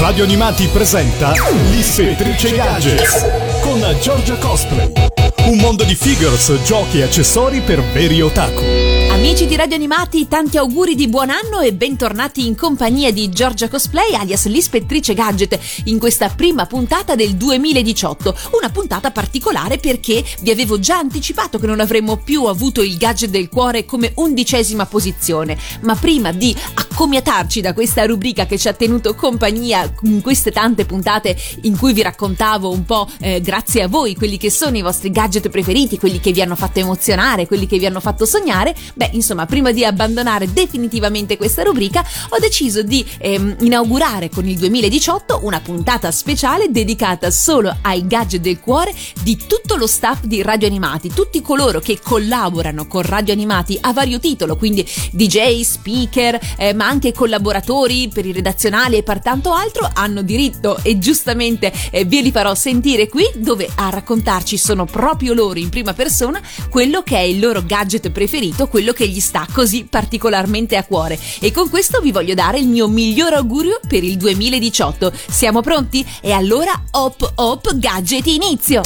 Radio Animati presenta l'Ispettrice Gadgets con Giorgia Cosplay. Un mondo di figures, giochi e accessori per veri otaku. Amici di Radio Animati, tanti auguri di buon anno e bentornati in compagnia di Giorgia Cosplay alias l'Ispettrice Gadget in questa prima puntata del 2018. Una puntata particolare perché vi avevo già anticipato che non avremmo più avuto il gadget del cuore come 11ª posizione, ma prima di accomiatarci da questa rubrica che ci ha tenuto compagnia in queste tante puntate in cui vi raccontavo un po' grazie a voi quelli che sono i vostri gadget preferiti, quelli che vi hanno fatto emozionare, quelli che vi hanno fatto sognare, insomma, prima di abbandonare definitivamente questa rubrica ho deciso di inaugurare con il 2018 una puntata speciale dedicata solo ai gadget del cuore di tutto lo staff di Radio Animati, tutti coloro che collaborano con Radio Animati a vario titolo, quindi DJ, speaker, ma anche collaboratori per i redazionali e per tanto altro hanno diritto e giustamente ve li farò sentire qui, dove a raccontarci sono proprio loro in prima persona quello che è il loro gadget preferito, quello che gli sta così particolarmente a cuore. E con questo vi voglio dare il mio miglior augurio per il 2018. Siamo pronti? E allora hop hop gadget inizio!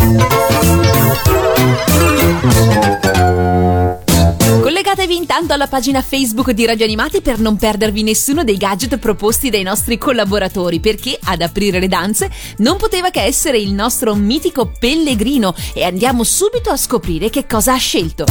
Collegatevi intanto alla pagina Facebook di Radio Animati per non perdervi nessuno dei gadget proposti dai nostri collaboratori, perché ad aprire le danze non poteva che essere il nostro mitico Pellegrino, e andiamo subito a scoprire che cosa ha scelto.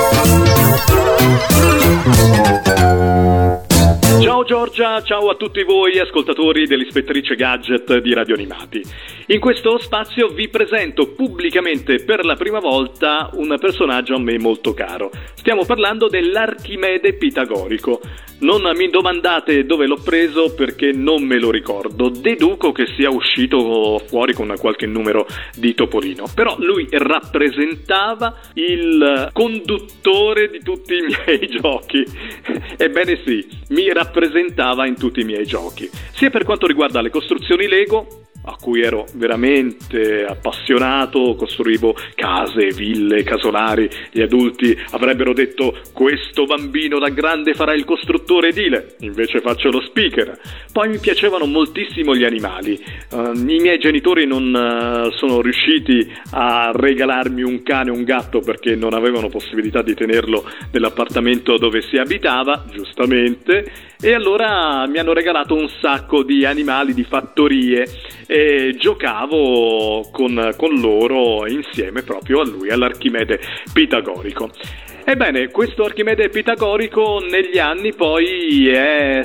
Ciao Giorgia, ciao a tutti voi ascoltatori dell'Ispettrice Gadget di Radio Animati. In questo spazio vi presento pubblicamente per la prima volta un personaggio a me molto caro. Stiamo parlando dell'Archimede pitagorico. Non mi domandate dove l'ho preso perché non me lo ricordo. Deduco che sia uscito fuori con qualche numero di Topolino. Però lui rappresentava il conduttore di tutti i miei giochi. Ebbene sì, mi rappresentava in tutti i miei giochi. Sia per quanto riguarda le costruzioni Lego, a cui ero veramente appassionato, costruivo case, ville, casolari. Gli adulti avrebbero detto: questo bambino da grande farà il costruttore edile, invece faccio lo speaker. Poi mi piacevano moltissimo gli animali. I miei genitori non sono riusciti a regalarmi un cane o un gatto perché non avevano possibilità di tenerlo nell'appartamento dove si abitava, giustamente, e allora mi hanno regalato un sacco di animali, di fattorie, e giocavo con loro insieme proprio a lui, all'Archimede pitagorico. Ebbene, questo Archimede pitagorico negli anni poi è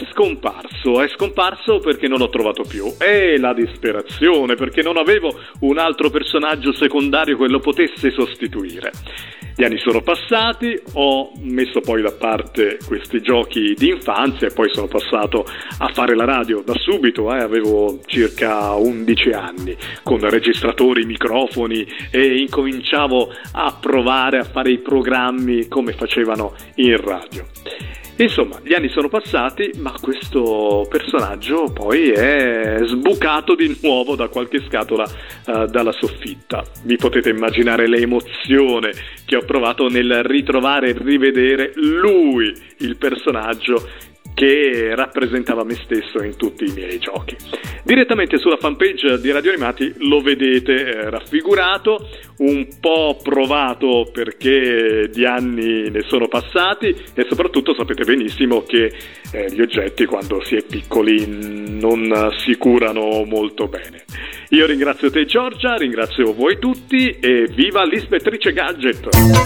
scomparso perché non l'ho trovato più. E la disperazione, perché non avevo un altro personaggio secondario che lo potesse sostituire. Gli anni sono passati, ho messo poi da parte questi giochi di infanzia e poi sono passato a fare la radio da subito, avevo circa 11 anni, con registratori, microfoni, e incominciavo a provare a fare i programmi come facevano in radio. Insomma, gli anni sono passati, ma questo personaggio poi è sbucato di nuovo da qualche scatola dalla soffitta. Vi potete immaginare l'emozione che ho provato nel ritrovare e rivedere lui, il personaggio che rappresentava me stesso in tutti i miei giochi. Direttamente sulla fanpage di Radio Animati lo vedete raffigurato, un po' provato perché di anni ne sono passati, e soprattutto sapete benissimo che gli oggetti quando si è piccoli non si curano molto bene. Io ringrazio te Giorgia, ringrazio voi tutti e viva l'Ispettrice Gadget!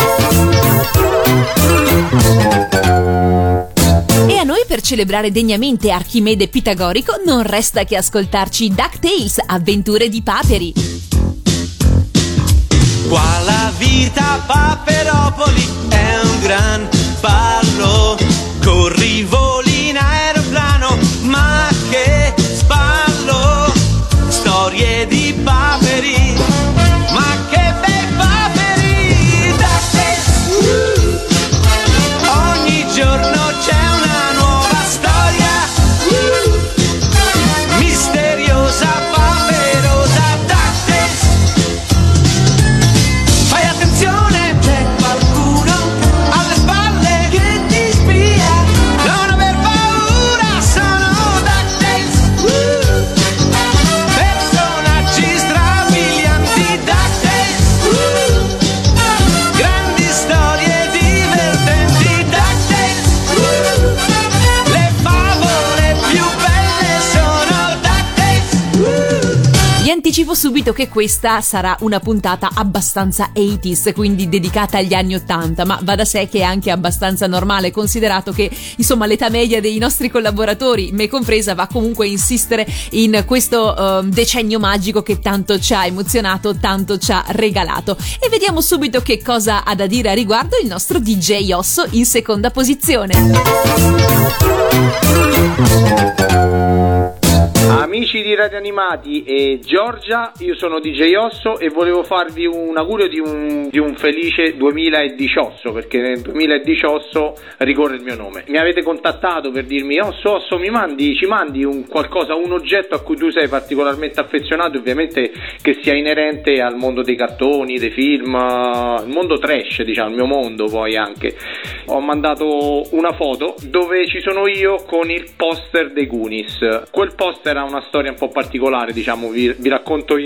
E a noi, per celebrare degnamente Archimede pitagorico, non resta che ascoltarci DuckTales, avventure di Paperi. Qua la vita Paperopoli è un gran ballo, corri, voli in aeroplano, ma che sballo, storie di paperi, ma che bei paperi, DuckTales, ogni giorno c'è una nuova storia, misteriosa, paperosa, DuckTales. Fai attenzione, c'è qualcuno alle spalle che ti spia, non aver paura, sono DuckTales. anticipo subito che questa sarà una puntata abbastanza 80s, quindi dedicata agli anni 80, ma va da sé che è anche abbastanza normale, considerato che insomma l'età media dei nostri collaboratori, me compresa, va comunque a insistere in questo decennio magico che tanto ci ha emozionato, tanto ci ha regalato. E vediamo subito che cosa ha da dire a riguardo il nostro DJ Osso in seconda posizione. Amici di Radio Animati e Giorgia, io sono DJ Osso e volevo farvi un augurio di un felice 2018, perché nel 2018 ricorre il mio nome. Mi avete contattato per dirmi Osso, ci mandi un qualcosa, un oggetto a cui tu sei particolarmente affezionato, ovviamente che sia inerente al mondo dei cartoni, dei film, il mondo trash, diciamo, il mio mondo. Poi anche ho mandato una foto dove ci sono io con il poster dei Goonies. Quel poster ha una storia un po' particolare, diciamo, vi racconto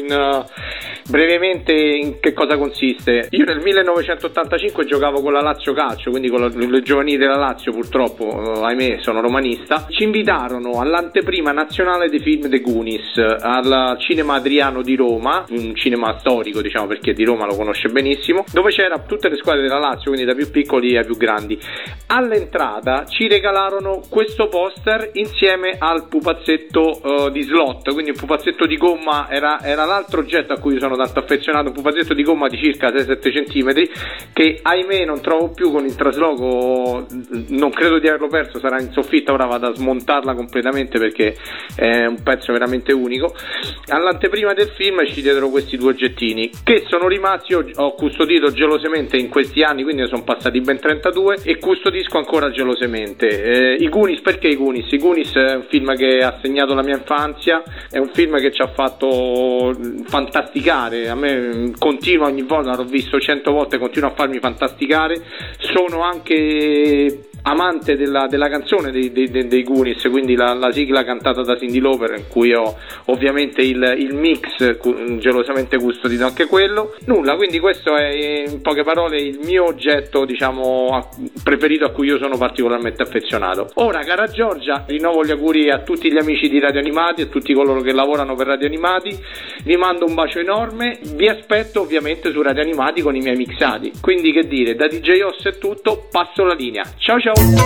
brevemente in che cosa consiste. Io nel 1985 giocavo con la Lazio Calcio, quindi con le giovanili della Lazio, purtroppo, ahimè, sono romanista. Ci invitarono all'anteprima nazionale dei film The Goonies al Cinema Adriano di Roma, un cinema storico, diciamo, perché di Roma lo conosce benissimo, dove c'era tutte le squadre della Lazio, quindi da più piccoli ai più grandi. All'entrata ci regalarono questo poster insieme al pupazzetto di slot, quindi un pupazzetto di gomma era l'altro oggetto a cui sono tanto affezionato, un pupazzetto di gomma di circa 6-7 centimetri che ahimè non trovo più con il trasloco, non credo di averlo perso, sarà in soffitta, ora vado a smontarla completamente perché è un pezzo veramente unico. All'anteprima del film ci diedero questi due oggettini che sono rimasti, ho custodito gelosamente in questi anni, quindi ne sono passati ben 32 e custodisco ancora gelosamente. I Goonies, perché i Goonies? I Goonies è un film che ha segnato la mia infanzia, è un film che ci ha fatto fantasticare, a me continua ogni volta, l'ho visto 100 volte, continua a farmi fantasticare. Sono anche amante della canzone dei Goonies, quindi la sigla cantata da Cyndi Lauper, in cui ho ovviamente il mix gelosamente custodito anche quello. Nulla, quindi questo è in poche parole il mio oggetto, diciamo, preferito, a cui io sono particolarmente affezionato. Ora, cara Giorgia, rinnovo gli auguri a tutti gli amici di Radio Animati, a tutti coloro che lavorano per Radio Animati, vi mando un bacio enorme, vi aspetto ovviamente su Radio Animati con i miei mixati. Quindi che dire, da DJ Osso è tutto, passo la linea. Ciao ciao.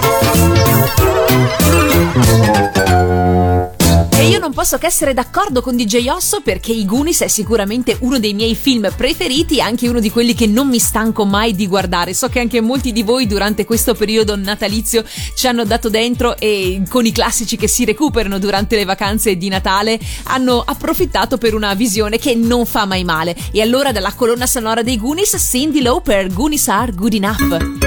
E io non posso che essere d'accordo con DJ Osso, perché i Goonies è sicuramente uno dei miei film preferiti, anche uno di quelli che non mi stanco mai di guardare. So che anche molti di voi durante questo periodo natalizio ci hanno dato dentro e con i classici che si recuperano durante le vacanze di Natale hanno approfittato per una visione che non fa mai male. E allora dalla colonna sonora dei Goonies, Cyndi Lauper, Goonies Are Good Enough.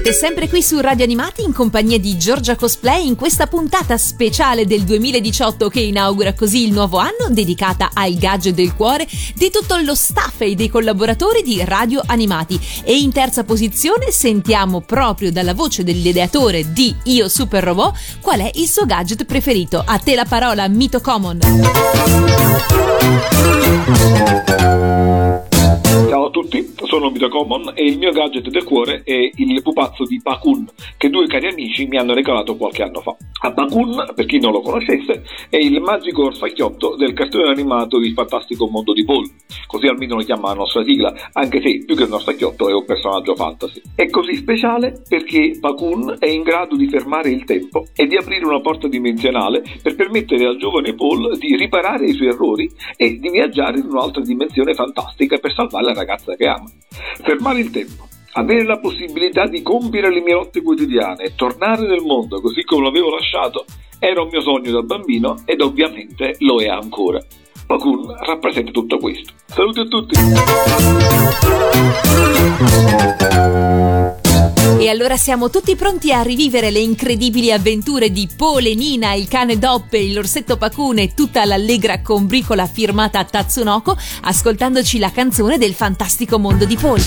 Siete sempre qui su Radio Animati in compagnia di Giorgia Cosplay in questa puntata speciale del 2018 che inaugura così il nuovo anno, dedicata al gadget del cuore di tutto lo staff e dei collaboratori di Radio Animati. E in terza posizione sentiamo proprio dalla voce dell'ideatore di Io Super Robot qual è il suo gadget preferito. A te la parola, Mito Common. Ciao a tutti, sono Mito Common e il mio gadget del cuore è il pupazzo di Bakun che due cari amici mi hanno regalato qualche anno fa. A Bakun, per chi non lo conoscesse, è il magico orsacchiotto del cartone animato Il fantastico mondo di Paul, così almeno lo chiama la nostra sigla, anche se più che un orsacchiotto è un personaggio fantasy. È così speciale perché Bakun è in grado di fermare il tempo e di aprire una porta dimensionale per permettere al giovane Paul di riparare i suoi errori e di viaggiare in un'altra dimensione fantastica per salvare la ragazza che ama. Fermare il tempo, avere la possibilità di compiere le mie lotte quotidiane e tornare nel mondo così come l'avevo lasciato era un mio sogno da bambino ed ovviamente lo è ancora. Bakun rappresenta tutto questo. Saluti a tutti! E allora siamo tutti pronti a rivivere le incredibili avventure di Paul e Nina, il cane Doppe, l'orsetto Bakun e tutta l'allegra combricola firmata Tatsunoko, ascoltandoci la canzone del fantastico mondo di Paul.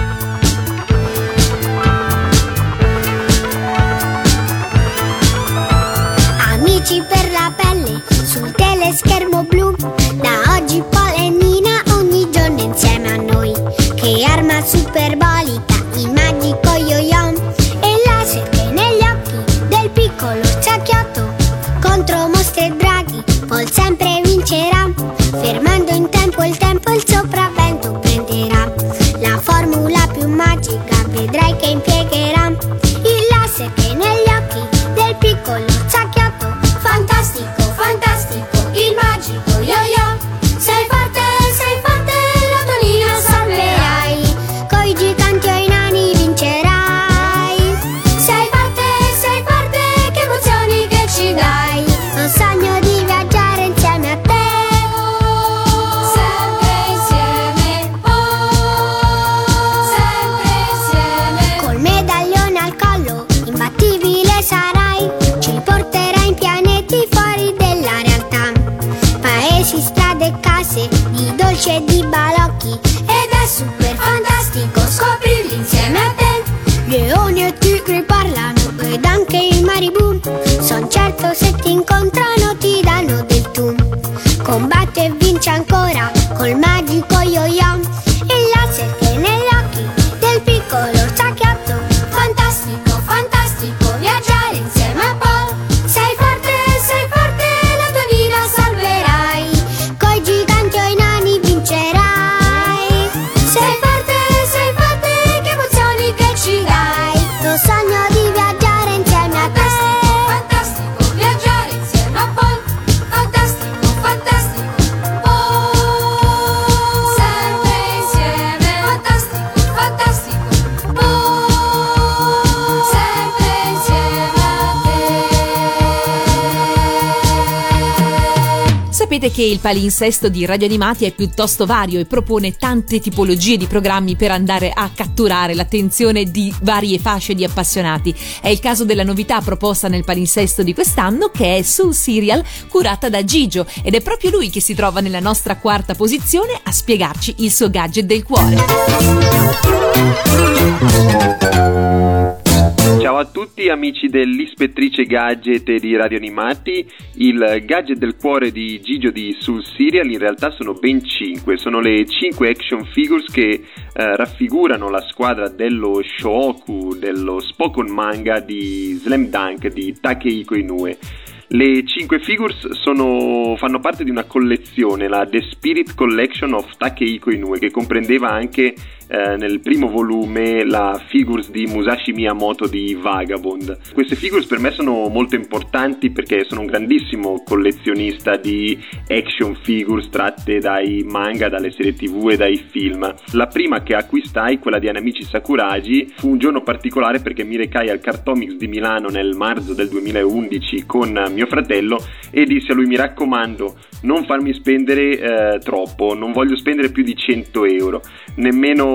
Amici per la pelle, sul teleschermo blu, da oggi Paul e Nina ogni giorno insieme a noi. Che arma superbolica, il magico yo-yo e laser che negli occhi del piccolo Orzacchiotto. Contro mostri e draghi Paul sempre vincerà, fermando in tempo il sopravvento prenderà. La formula più magica vedrai che impiegherà, il laser che negli occhi del piccolo Orzacchiotto. Fantastico, fantastico, il magico yo-yo. Sei forte, la tua Nina salverai, coi giganti o i nani vincerai. Sei forte, che emozioni che ci dai. Ho sogno di viaggiare insieme a te, sempre insieme, sempre insieme. Col medaglione al collo, imbattibile sarai, ci porterai in pianeti fuori della realtà. Paesi, strade e case, di dolci e di balocchi, ed è super fantastico scoprirli insieme a te. Leoni e tigri parlano ed anche i maribù, son certo se ti incontrano ti danno del tu. Combatti e vinci ancora col magico yo-yo, il laser che negli occhi del piccolo Orzacchiotto. Fantastico, fantastico viaggiare insieme a Paul. Sei forte, la tua Nina salverai, coi giganti o i nani vincerai. Sei forte, che emozioni che ci dai. Lo sogno di viaggiare insieme a te. Fantastico, viaggiare insieme a Paul. Fantastico, oh, sempre insieme. Fantastico, oh, sempre insieme a te. Sapete che il palinsesto di Radio Animati è piuttosto vario e propone tante tipologie di programmi per andare a catturare l'attenzione di varie fasce di appassionati. È il caso della novità proposta nel palinsesto di quest'anno, che è Soul Serial, curata da Gigio, ed è proprio lui che si trova nella nostra quarta posizione a spiegarci il suo gadget del cuore. Ciao a tutti amici dell'Ispettrice Gadget di Radio Animati. Il gadget del cuore di Gigio di Soul Serial in realtà sono ben 5, sono le 5 action figures che raffigurano la squadra dello Shohoku, dello Spokon manga di Slam Dunk di Takehiko Inoue. Le 5 figures fanno parte di una collezione, la The Spirit Collection of Takehiko Inoue, che comprendeva anche nel primo volume la figures di Musashi Miyamoto di Vagabond. Queste figures per me sono molto importanti perché sono un grandissimo collezionista di action figures tratte dai manga, dalle serie TV e dai film. La prima che acquistai, quella di Hanamichi Sakuragi, fu un giorno particolare perché mi recai al Cartomics di Milano nel marzo del 2011 con mio fratello e dissi a lui: mi raccomando, non farmi spendere troppo, non voglio spendere più di 100 euro, nemmeno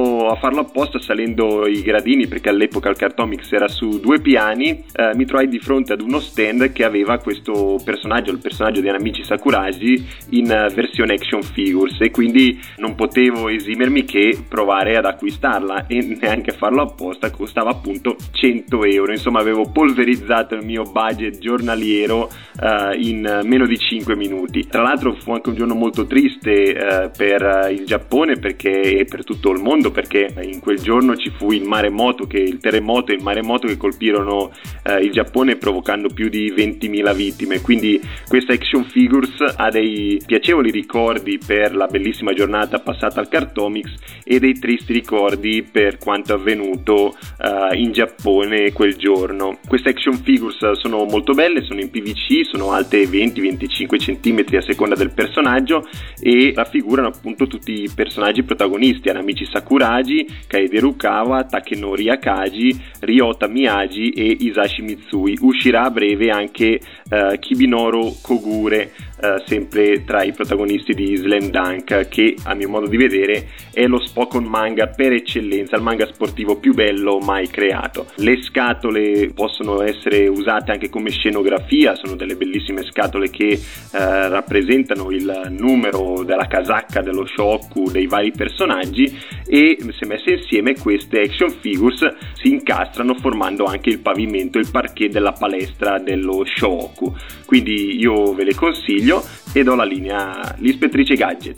farlo apposta salendo i gradini, perché all'epoca il Cartomix era su 2 piani. Mi trovai di fronte ad uno stand che aveva questo personaggio, il personaggio di Hanamichi Sakuragi in versione action figures, e quindi non potevo esimermi che provare ad acquistarla, e neanche farlo apposta, costava appunto 100 euro. Insomma, avevo polverizzato il mio budget giornaliero in meno di 5 minuti. Tra l'altro fu anche un giorno molto triste per il Giappone e per tutto il mondo, perché in quel giorno ci fu il terremoto e il maremoto che colpirono il Giappone, provocando più di 20.000 vittime. Quindi questa action figures ha dei piacevoli ricordi per la bellissima giornata passata al Cartomix e dei tristi ricordi per quanto avvenuto in Giappone quel giorno. Queste action figures sono molto belle, sono in PVC, sono alte 20-25 cm a seconda del personaggio, e raffigurano appunto tutti i personaggi protagonisti: Hanamichi Sakuragi, Kaede Rukawa, Takenori Akagi, Ryota Miyagi e Hisashi Mitsui. Uscirà a breve anche Kibinoro Kogure, sempre tra i protagonisti di Slam Dunk, che a mio modo di vedere è lo Spokon manga per eccellenza, il manga sportivo più bello mai creato. Le scatole possono essere usate anche come scenografia, sono delle bellissime scatole che rappresentano il numero della casacca, dello Shoku, dei vari personaggi, e se messe insieme queste action figures si incastrano formando anche il pavimento, il parquet della palestra dello Shoku. Quindi io ve le consiglio e do la linea all'Ispettrice Gadget.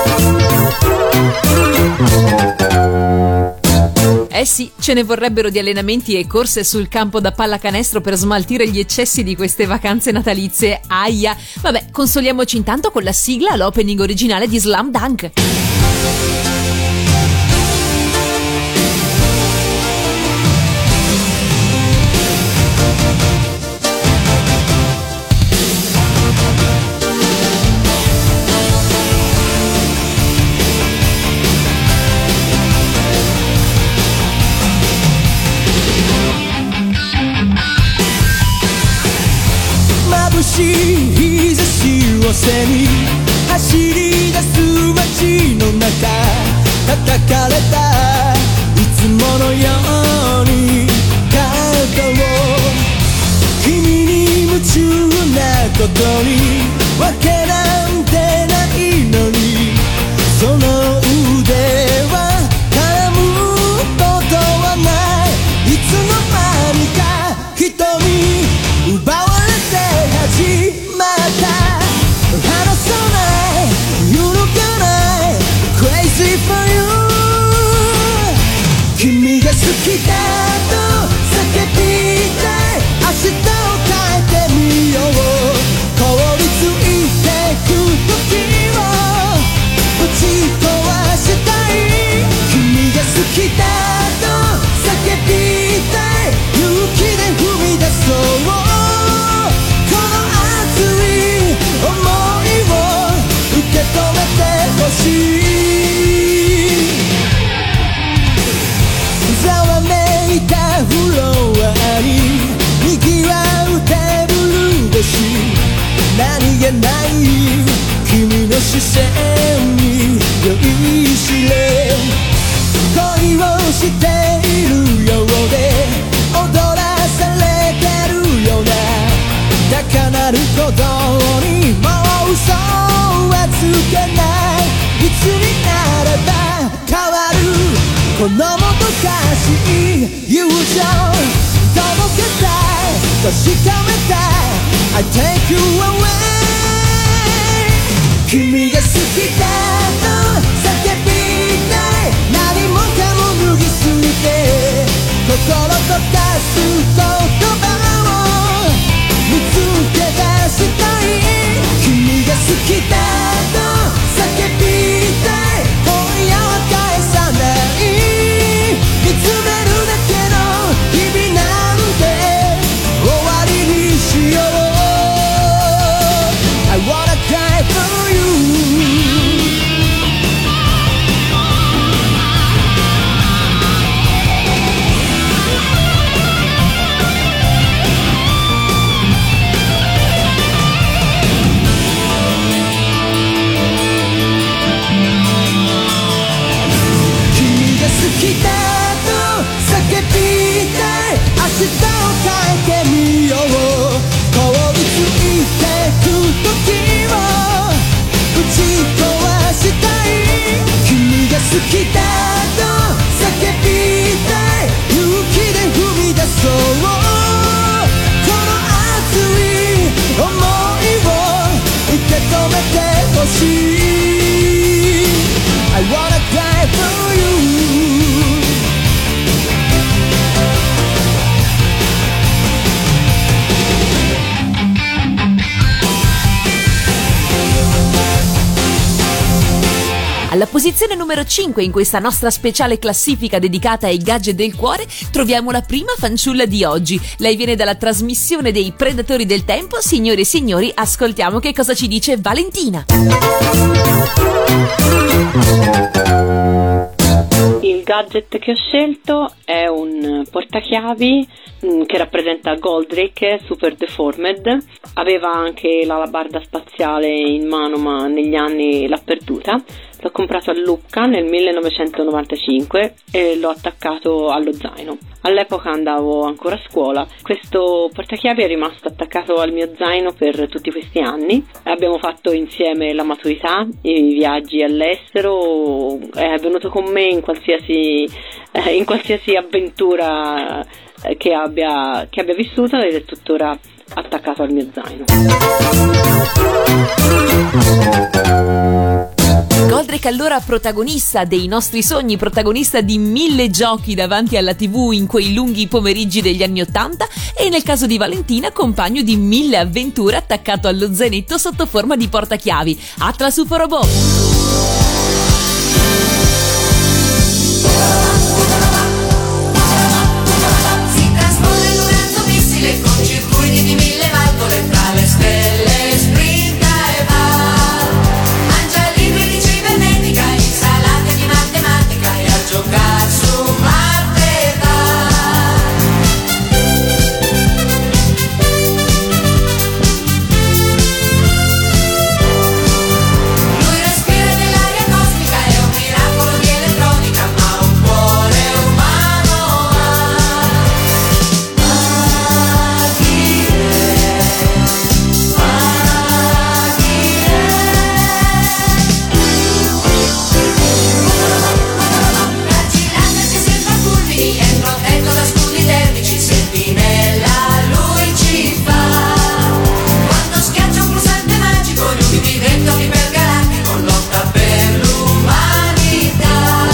Eh sì, ce ne vorrebbero di allenamenti e corse sul campo da pallacanestro per smaltire gli eccessi di queste vacanze natalizie. Aia! Vabbè, consoliamoci intanto con la sigla, l'opening originale di Slam Dunk. 眩しい日差しを背に走り出す街の中、叩かれたいつものように肩を、君に夢中なことにわけなんてないのに、その腕は絡むことはない。いつの間にか瞳奪われ始まった。離さない、揺るがない Crazy for you。 君が好きだと叫びたい。明日を変えてみよう。凍りついてく時をぶち壊したい。君が好きだと叫びたい。勇気で踏み出そう。想いを受け止めてほしい。ざわめいたフロアに賑わうテーブル越し、何気ない君の視線に酔いしれ、恋をしているようで踊らされてるような高鳴る鼓動にもう嘘はつけない。いつになれば変わるこのもどかしい友情、届けたい、確かめたい。 I take you away。 君が好きだと叫びたい。何もかも脱ぎすぎて心と出す言葉を見つけ出したい。君が好きだと叫びたい。今夜は返さない。見つめるだけの日々なんて終わりにしよう。 I wanna cry for you。 Alla posizione numero 5 in questa nostra speciale classifica dedicata ai gadget del cuore troviamo la prima fanciulla di oggi. Lei viene dalla trasmissione dei Predatori del Tempo. Signore e signori, ascoltiamo che cosa ci dice Valentina. Il gadget che ho scelto è un portachiavi che rappresenta Goldrake Super Deformed. Aveva anche l'alabarda spaziale in mano, ma negli anni l'ha perduta. L'ho comprato a Lucca nel 1995 e l'ho attaccato allo zaino. All'epoca andavo ancora a scuola. Questo portachiavi è rimasto attaccato al mio zaino per tutti questi anni. Abbiamo fatto insieme la maturità, i viaggi all'estero, è venuto con me in qualsiasi avventura che abbia vissuto ed è tuttora attaccato al mio zaino. Goldrake allora protagonista dei nostri sogni, protagonista di 1000 giochi davanti alla TV in quei lunghi pomeriggi degli anni '80 e nel caso di Valentina compagno di 1000 avventure attaccato allo zainetto sotto forma di portachiavi. Atlas UFO Robot! Si trasforma in un razzo-missile con circuiti di 1000 valvole tra le stelle, sprinta e va. Mangia libri di cibernetica, insalate di matematica e a giocare su Marte va. Lui respira dell'aria cosmica, è un miracolo di elettronica, ma un cuore umano ha. Ma chi è? Raggi laser che sembra fulmini, è protetto da scudi termici, sentinella lui ci fa. Quando schiaccia un pulsante magico, lui diventa un ipergalattico, lotta per l'umanità.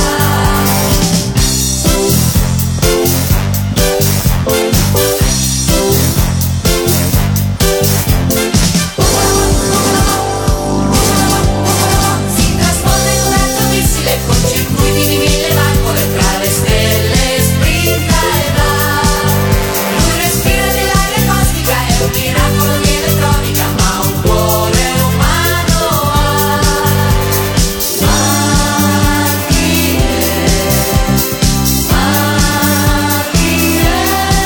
Si trasforma in un razzo-missile con circuiti di 1000 valvole tra le stelle, sprinta e va. Lui respira dell'aria cosmica, è un miracolo di elettronica, ma un cuore umano ha. Ma chi è? Ma chi è?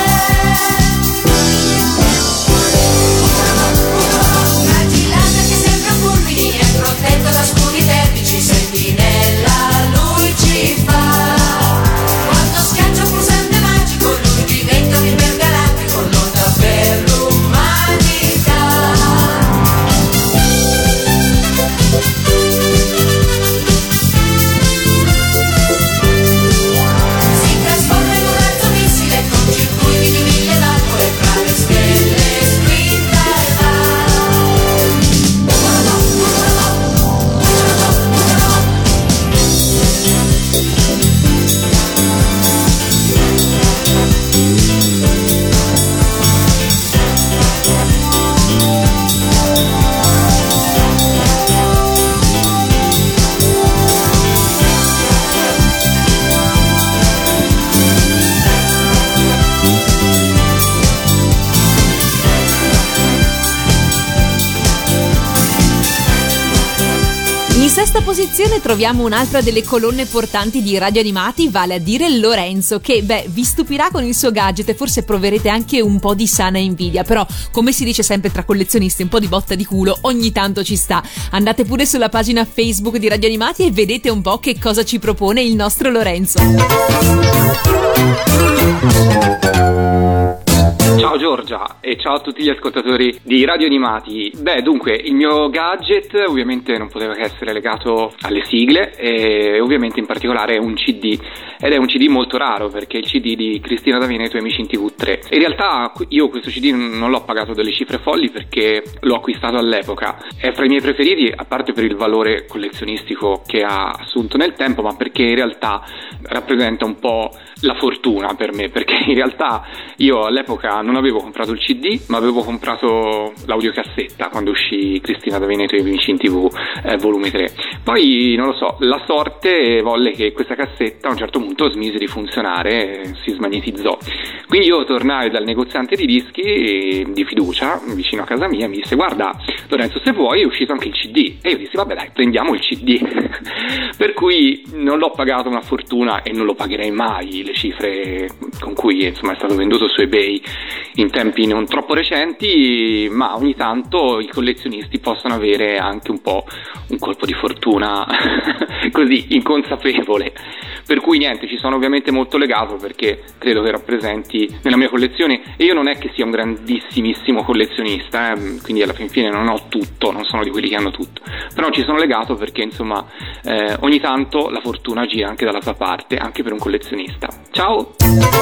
Raggi laser che sembra fulmini, è protetto da scudi termici, sentinella lui ci fa. Quando schiaccia un pulsante magico, lui diventa un ipergalattico, lotta per l'umanità. Si trasforma in un razzo-missile con circuiti di 1000 valvole tra le stelle, sprinta e va. In sesta posizione troviamo un'altra delle colonne portanti di Radio Animati, vale a dire Lorenzo, che vi stupirà con il suo gadget e forse proverete anche un po' di sana invidia, però come si dice sempre tra collezionisti, un po' di botta di culo ogni tanto ci sta. Andate pure sulla pagina Facebook di Radio Animati e vedete un po' che cosa ci propone il nostro Lorenzo. Ciao Giorgia e ciao a tutti gli ascoltatori di Radio Animati. Dunque, il mio gadget ovviamente non poteva che essere legato alle sigle e ovviamente in particolare un CD, ed è un CD molto raro perché è il CD di Cristina D'Aveneto e Amici in TV3. In realtà io questo CD non l'ho pagato delle cifre folli perché l'ho acquistato all'epoca. È fra i miei preferiti, a parte per il valore collezionistico che ha assunto nel tempo, ma perché in realtà rappresenta un po' la fortuna per me, perché in realtà io all'epoca non avevo comprato il CD, ma avevo comprato l'audiocassetta quando uscì Cristina da Veneto e i Amici in TV volume 3. Poi, non lo so, la sorte volle che questa cassetta a un certo punto smise di funzionare, si smagnetizzò. Quindi io tornai dal negoziante di dischi di fiducia vicino a casa mia e mi disse: guarda Lorenzo, se vuoi è uscito anche il CD. E io dissi: vabbè dai, prendiamo il CD. Per cui non l'ho pagato una fortuna e non lo pagherei mai, le cifre con cui insomma è stato venduto su eBay in tempi non troppo recenti, ma ogni tanto i collezionisti possono avere anche un po' un colpo di fortuna così inconsapevole. Per cui niente, ci sono ovviamente molto legato perché credo che rappresenti nella mia collezione, e io non è che sia un grandissimissimo collezionista, quindi alla fine non ho tutto, non sono di quelli che hanno tutto, però ci sono legato perché insomma ogni tanto la fortuna gira anche dalla tua parte, anche per un collezionista. Ciao!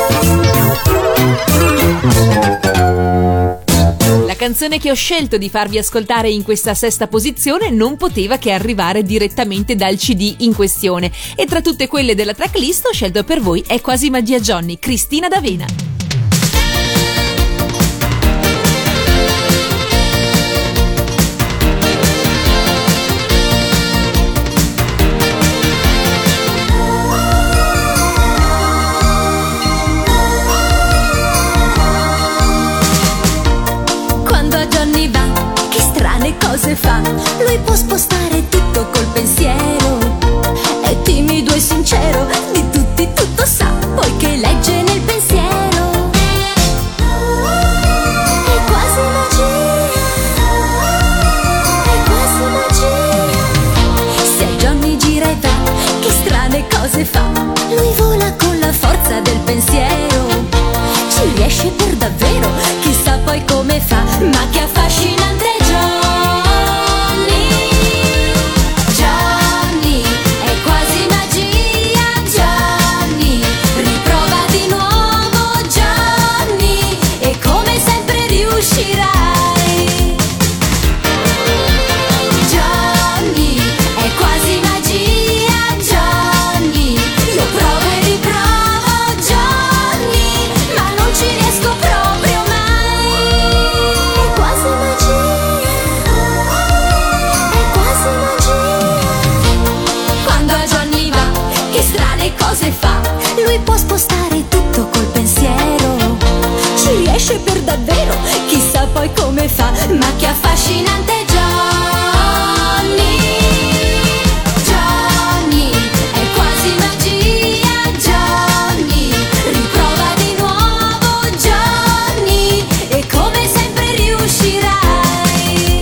La canzone che ho scelto di farvi ascoltare in questa sesta posizione non poteva che arrivare direttamente dal CD in questione, e tra tutte quelle della tracklist ho scelto per voi È quasi magia Johnny, Cristina D'Avena. Cose fa, lui può spostare tutto col pensiero, è timido e sincero, di tutti tutto sa, poiché legge nel pensiero. È quasi magia, è quasi magia. Se Johnny gira e va, che strane cose fa, lui vola con la forza del pensiero, ci riesce per davvero, chissà poi come fa, ma che affascinante cose fa, lui può spostare tutto col pensiero, ci riesce per davvero, chissà poi come fa, ma che affascinante Johnny. Johnny, è quasi magia Johnny, riprova di nuovo Johnny, e come sempre riuscirai.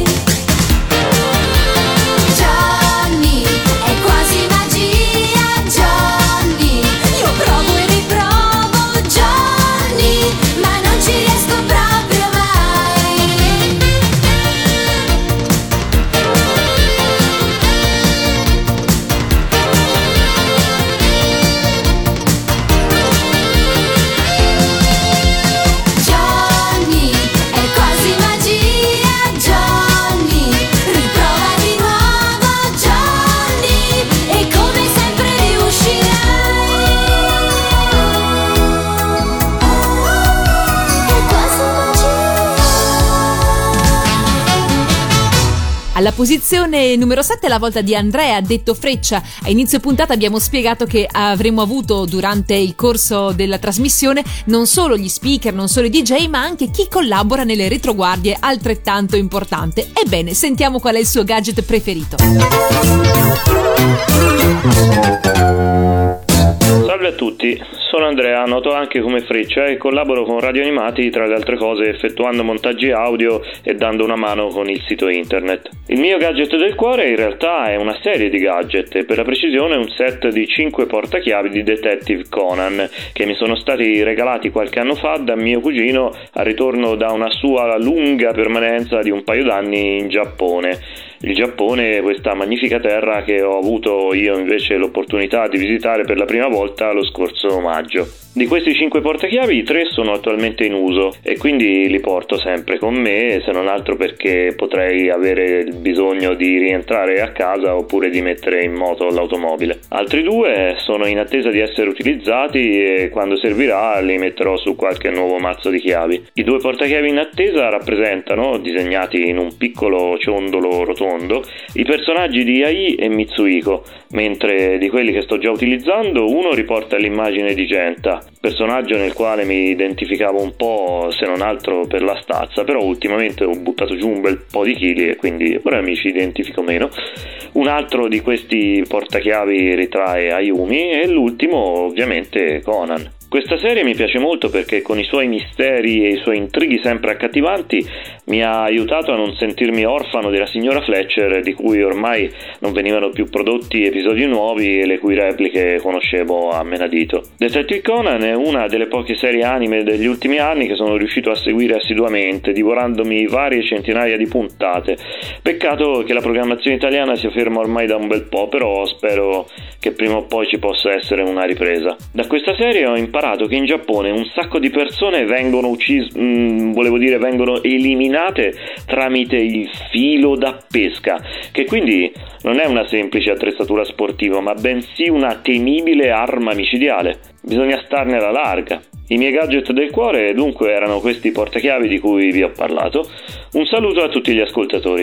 Johnny, è quasi magia Johnny, io provo e riprovo Johnny, ma non ci riesco proprio mai. Johnny, è quasi magia Johnny, riprova di nuovo Johnny, e come sempre riuscirai. È quasi Alla posizione numero 7 la volta di Andrea, detto Freccia. A inizio puntata abbiamo spiegato che avremmo avuto durante il corso della trasmissione non solo gli speaker, non solo i DJ, ma anche chi collabora nelle retroguardie, altrettanto importante. Ebbene, sentiamo qual è il suo gadget preferito. Salve a tutti, sono Andrea, noto anche come Freccia, e collaboro con Radio Animati, tra le altre cose effettuando montaggi audio e dando una mano con il sito internet. Il mio gadget del cuore in realtà è una serie di gadget, e per la precisione un set di 5 portachiavi di Detective Conan che mi sono stati regalati qualche anno fa da mio cugino al ritorno da una sua lunga permanenza di un paio d'anni in Giappone. Il Giappone, questa magnifica terra che ho avuto io invece l'opportunità di visitare per la prima volta lo scorso maggio. Di questi 5 portachiavi 3 sono attualmente in uso e quindi li porto sempre con me, se non altro perché potrei avere il bisogno di rientrare a casa oppure di mettere in moto l'automobile. Altri 2 sono in attesa di essere utilizzati e quando servirà li metterò su qualche nuovo mazzo di chiavi. I 2 portachiavi in attesa rappresentano, disegnati in un piccolo ciondolo rotondo, i personaggi di Ai e Mitsuhiko, mentre di quelli che sto già utilizzando uno riporta l'immagine di Genta, personaggio nel quale mi identificavo un po', se non altro per la stazza, però ultimamente ho buttato giù un bel po' di chili e quindi ora mi ci identifico meno. Un altro di questi portachiavi ritrae Ayumi e l'ultimo ovviamente Conan. Questa serie mi piace molto perché con i suoi misteri e i suoi intrighi sempre accattivanti mi ha aiutato a non sentirmi orfano della signora Fletcher, di cui ormai non venivano più prodotti episodi nuovi e le cui repliche conoscevo a menadito. Detective Conan è una delle poche serie anime degli ultimi anni che sono riuscito a seguire assiduamente, divorandomi varie centinaia di puntate. Peccato che la programmazione italiana sia ferma ormai da un bel po', però spero che prima o poi ci possa essere una ripresa. Da questa serie ho imparato che in Giappone un sacco di persone vengono uccise, vengono eliminate tramite il filo da pesca, che quindi non è una semplice attrezzatura sportiva, ma bensì una temibile arma micidiale. Bisogna starne alla larga. I miei gadget del cuore dunque erano questi portachiavi di cui vi ho parlato. Un saluto a tutti gli ascoltatori.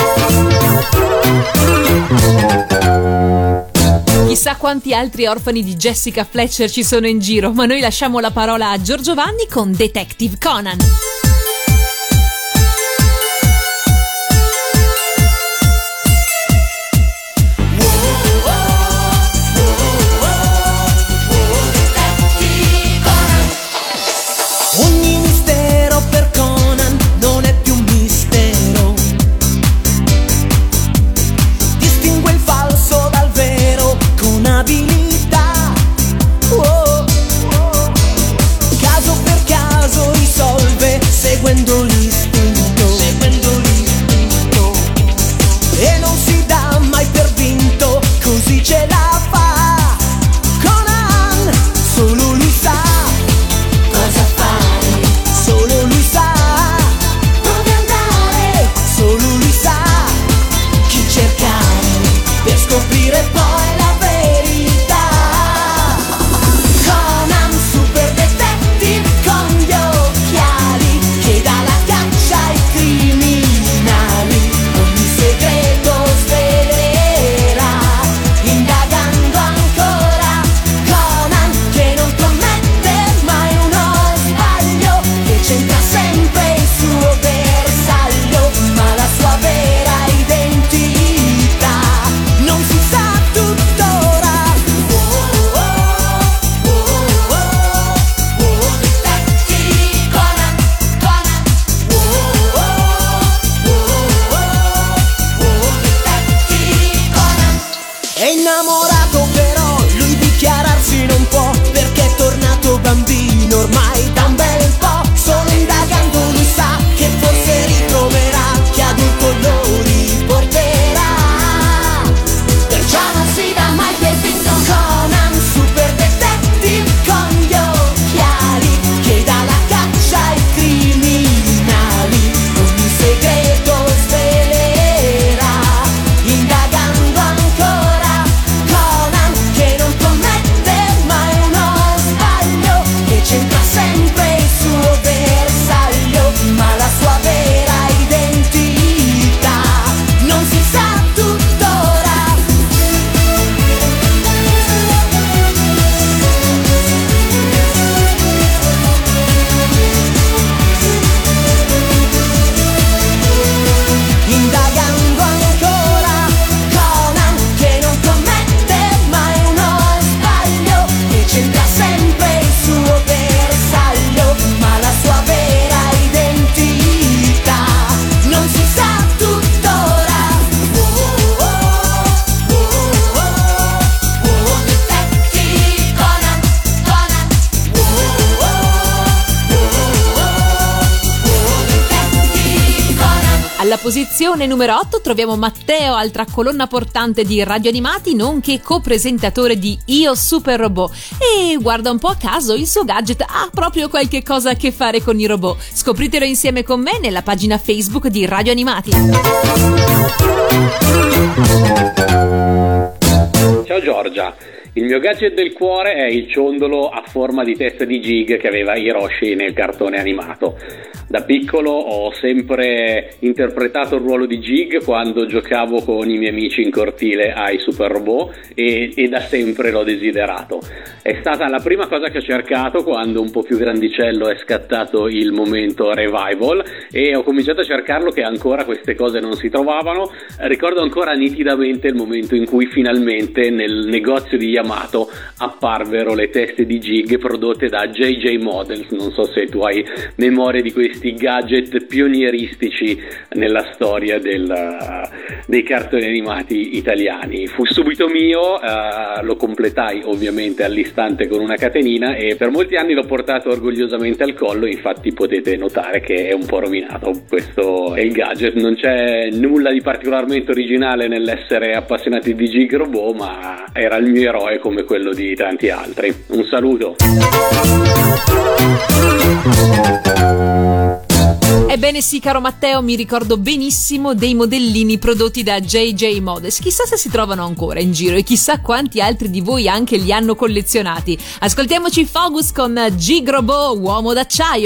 Chissà quanti altri orfani di Jessica Fletcher ci sono in giro, ma noi lasciamo la parola a Giorgio Vanni con Detective Conan. Ogni mistero per Conan non è più mistero. Distingue il falso dal vero con abilità. Caso per caso risolve, se Alla posizione numero 8 troviamo Matteo, altra colonna portante di Radio Animati, nonché copresentatore di Io Super Robot. E guarda un po' a caso, il suo gadget ha proprio qualche cosa a che fare con i robot. Scopritelo insieme con me nella pagina Facebook di Radio Animati. Ciao Giorgia, il mio gadget del cuore è il ciondolo a forma di testa di Jig che aveva Hiroshi nel cartone animato. Da piccolo ho sempre interpretato il ruolo di Jig quando giocavo con i miei amici in cortile ai Super Robot e da sempre l'ho desiderato. È stata la prima cosa che ho cercato quando un po' più grandicello è scattato il momento revival e ho cominciato a cercarlo che ancora queste cose non si trovavano. Ricordo ancora nitidamente il momento in cui finalmente nel negozio di Yamato apparvero le teste di Jig prodotte da JJ Models. Non so se tu hai memoria di questi gadget pionieristici nella storia dei cartoni animati italiani. Fu subito mio, lo completai ovviamente all'istante con una catenina e per molti anni l'ho portato orgogliosamente al collo. Infatti potete notare che è un po' rovinato. Questo è il gadget, non c'è nulla di particolarmente originale nell'essere appassionati di Jig Robot, ma era il mio eroe come quello di tanti altri. Un saluto. Ebbene sì, caro Matteo, mi ricordo benissimo dei modellini prodotti da JJ Models. Chissà se si trovano ancora in giro e chissà quanti altri di voi anche li hanno collezionati. Ascoltiamoci Focus con Jig Robot, uomo d'acciaio.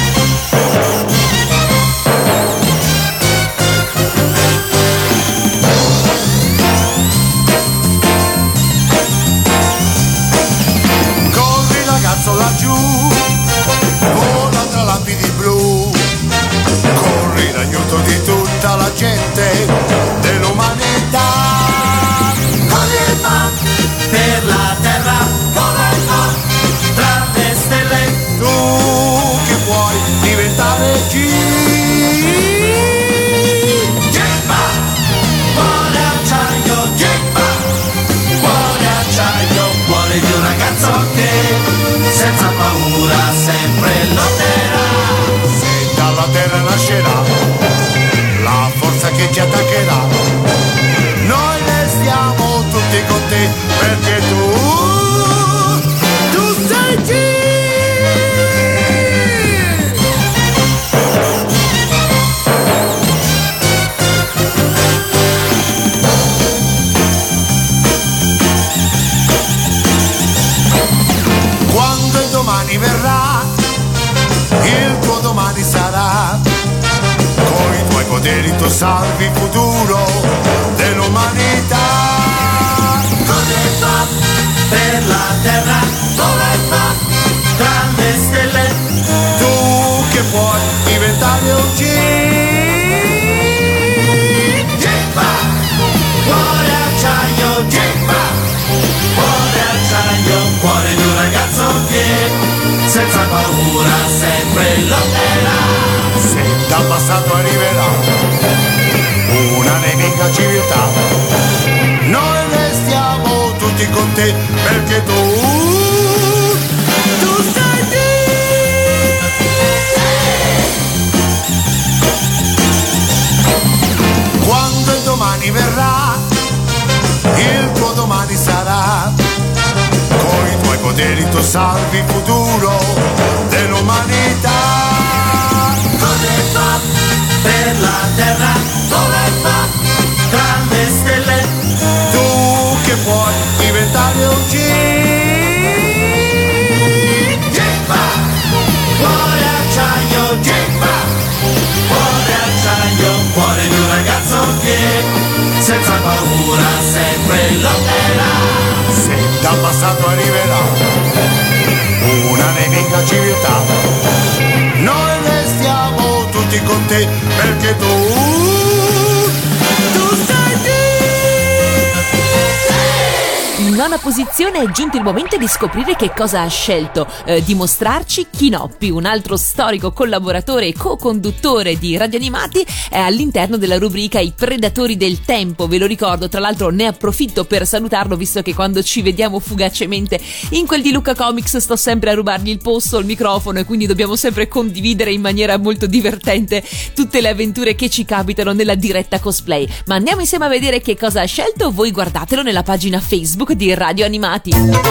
Laggiù, vola tra lapidi blu, corri l'aiuto di tutta la gente dell'umanità. Corri e va per la terra, vola e va tra le stelle. Tu che vuoi diventare chi? Gemma, cuore acciaio, Gemma, cuore acciaio, cuore di un ragazzo che senza paura sempre lotterà. Se dalla terra nascerà la forza che ci attaccherà, noi restiamo tutti con te perché tu sei G. Quando il domani verrà, il tuo domani sarà. Con i tuoi poteri tu salvi il futuro dell'umanità. Corri e va per la terra, vola e va tra le stelle. Tu che puoi diventare un G. Gemma, cuore acciaio, Gemma, cuore acciaio, cuore di un ragazzo che senza paura sempre lotterà. Se dal passato arriverà una nemica civiltà, noi restiamo tutti con te perché tu sei Dio. Quando il domani verrà, il tuo domani sarà. Con i tuoi poteri tu salvi il futuro dell'umanità. Corri e va per la terra, vola e va tra le stelle. Tu che puoi diventare un G. Gemma, cuore acciaio, Gemma, cuore acciaio, cuore di un ragazzo che senza paura sempre lotterà. Se dal passato arriverà una nemica civiltà, noi restiamo tutti con te perché tu sei In nona posizione è giunto il momento di scoprire che cosa ha scelto di mostrarci Chinoppi, un altro storico collaboratore e co-conduttore di Radio Animati all'interno della rubrica I Predatori del Tempo. Ve lo ricordo, tra l'altro ne approfitto per salutarlo, visto che quando ci vediamo fugacemente in quel di Lucca Comics sto sempre a rubargli il posto, il microfono, e quindi dobbiamo sempre condividere in maniera molto divertente tutte le avventure che ci capitano nella diretta cosplay. Ma andiamo insieme a vedere che cosa ha scelto. Voi guardatelo nella pagina Facebook di Radio Animati.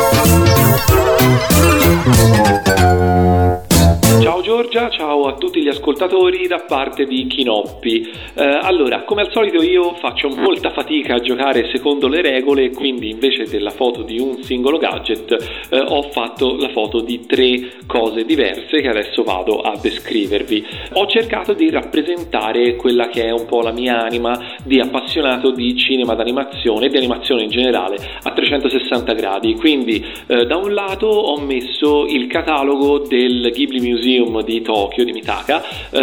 Ciao Giorgia, ciao a tutti gli ascoltatori da parte di Chinoppi. Allora, come al solito io faccio molta fatica a giocare secondo le regole, quindi invece della foto di un singolo gadget ho fatto la foto di 3 cose diverse che adesso vado a descrivervi. Ho cercato di rappresentare quella che è un po' la mia anima di appassionato di cinema d'animazione e di animazione in generale a 360 gradi, quindi da un lato ho messo il catalogo del Ghibli Museum di Tokyo, di Mitaka,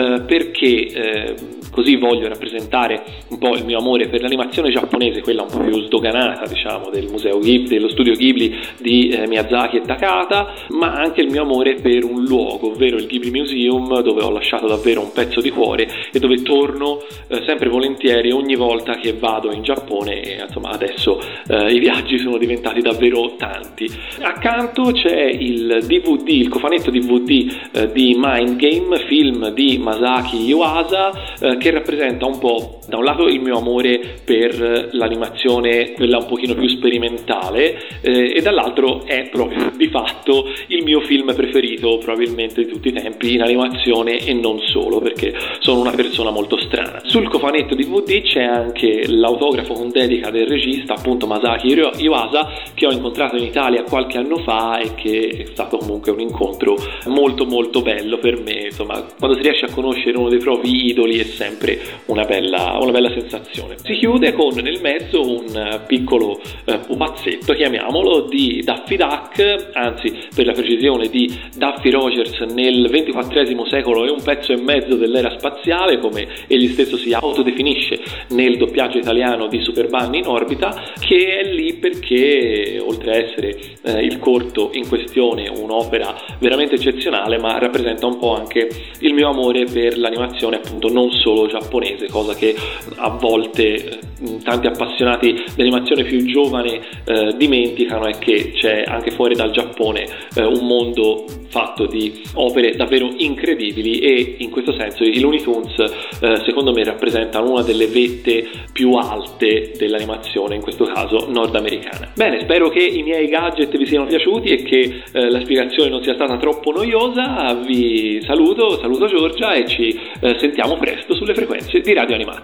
perché così voglio rappresentare un po' il mio amore per l'animazione giapponese, quella un po' più sdoganata, diciamo, del museo Ghibli, dello studio Ghibli di Miyazaki e Takahata, ma anche il mio amore per un luogo, ovvero il Ghibli Museum, dove ho lasciato davvero un pezzo di cuore e dove torno sempre volentieri ogni volta che vado in Giappone, e insomma adesso i viaggi sono diventati davvero tanti. Accanto c'è il DVD, il cofanetto DVD di Mind Game, film di Masaki Yuasa, che rappresenta un po' da un lato il mio amore per l'animazione, quella un pochino più sperimentale, e dall'altro è proprio di fatto il mio film preferito probabilmente di tutti i tempi in animazione, e non solo, perché sono una persona molto strana. Sul cofanetto DVD c'è anche l'autografo con dedica del regista, appunto Masaki Yuasa, che ho incontrato in Italia qualche anno fa e che è stato comunque un incontro molto molto bello per me. Insomma, quando si riesce a conoscere uno dei propri idoli è sempre una bella sensazione. Si chiude con nel mezzo un piccolo pupazzetto, chiamiamolo, di Daffy Duck, anzi per la precisione di Daffy Rogers nel XXIV secolo e un pezzo e mezzo dell'era spaziale, come egli stesso si autodefinisce nel doppiaggio italiano di Super Bunny in orbita, che è lì perché oltre a essere il corto in questione un'opera veramente eccezionale, ma rappresenta un po' anche il mio amore per l'animazione appunto non solo giapponese, cosa che a volte tanti appassionati di animazione più giovane dimenticano, è che c'è anche fuori dal Giappone un mondo fatto di opere davvero incredibili, e in questo senso i Looney Tunes secondo me rappresentano una delle vette più alte dell'animazione, in questo caso nordamericana. Bene, spero che i miei gadget vi siano piaciuti e che la spiegazione non sia stata troppo noiosa. Vi saluto Giorgia, e ci sentiamo presto sulle frequenze di Radio Animati.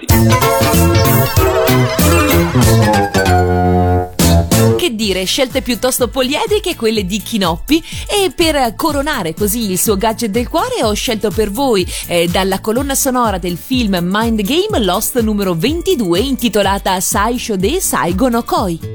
Che dire, scelte piuttosto poliedriche quelle di Chinoppi, e per coronare così il suo gadget del cuore ho scelto per voi dalla colonna sonora del film Mind Game Lost numero 22, intitolata Saisho de Saigo no Koi.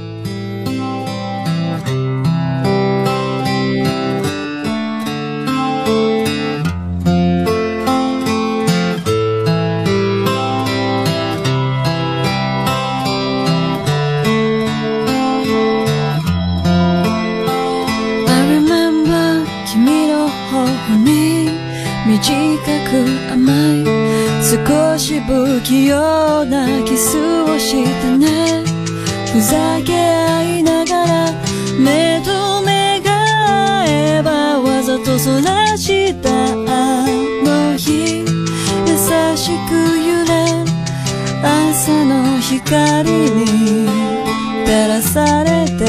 不器用なキスをしたね。ふざけ合いながら目と目が合えばわざとそらしたあの日、優しく揺れ朝の光に照らされて、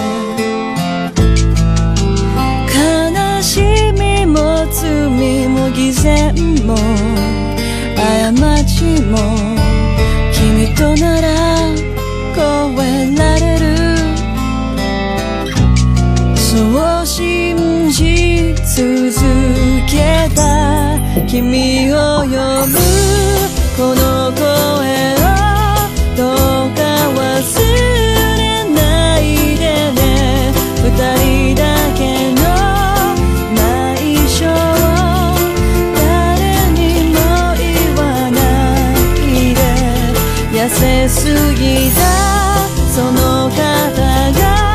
悲しみも罪も偽善も過ちも君となら越えられる、そう信じ続けた君を呼ぶこの声をどうか忘れないでね。二人だけの内緒痩せすぎたその方が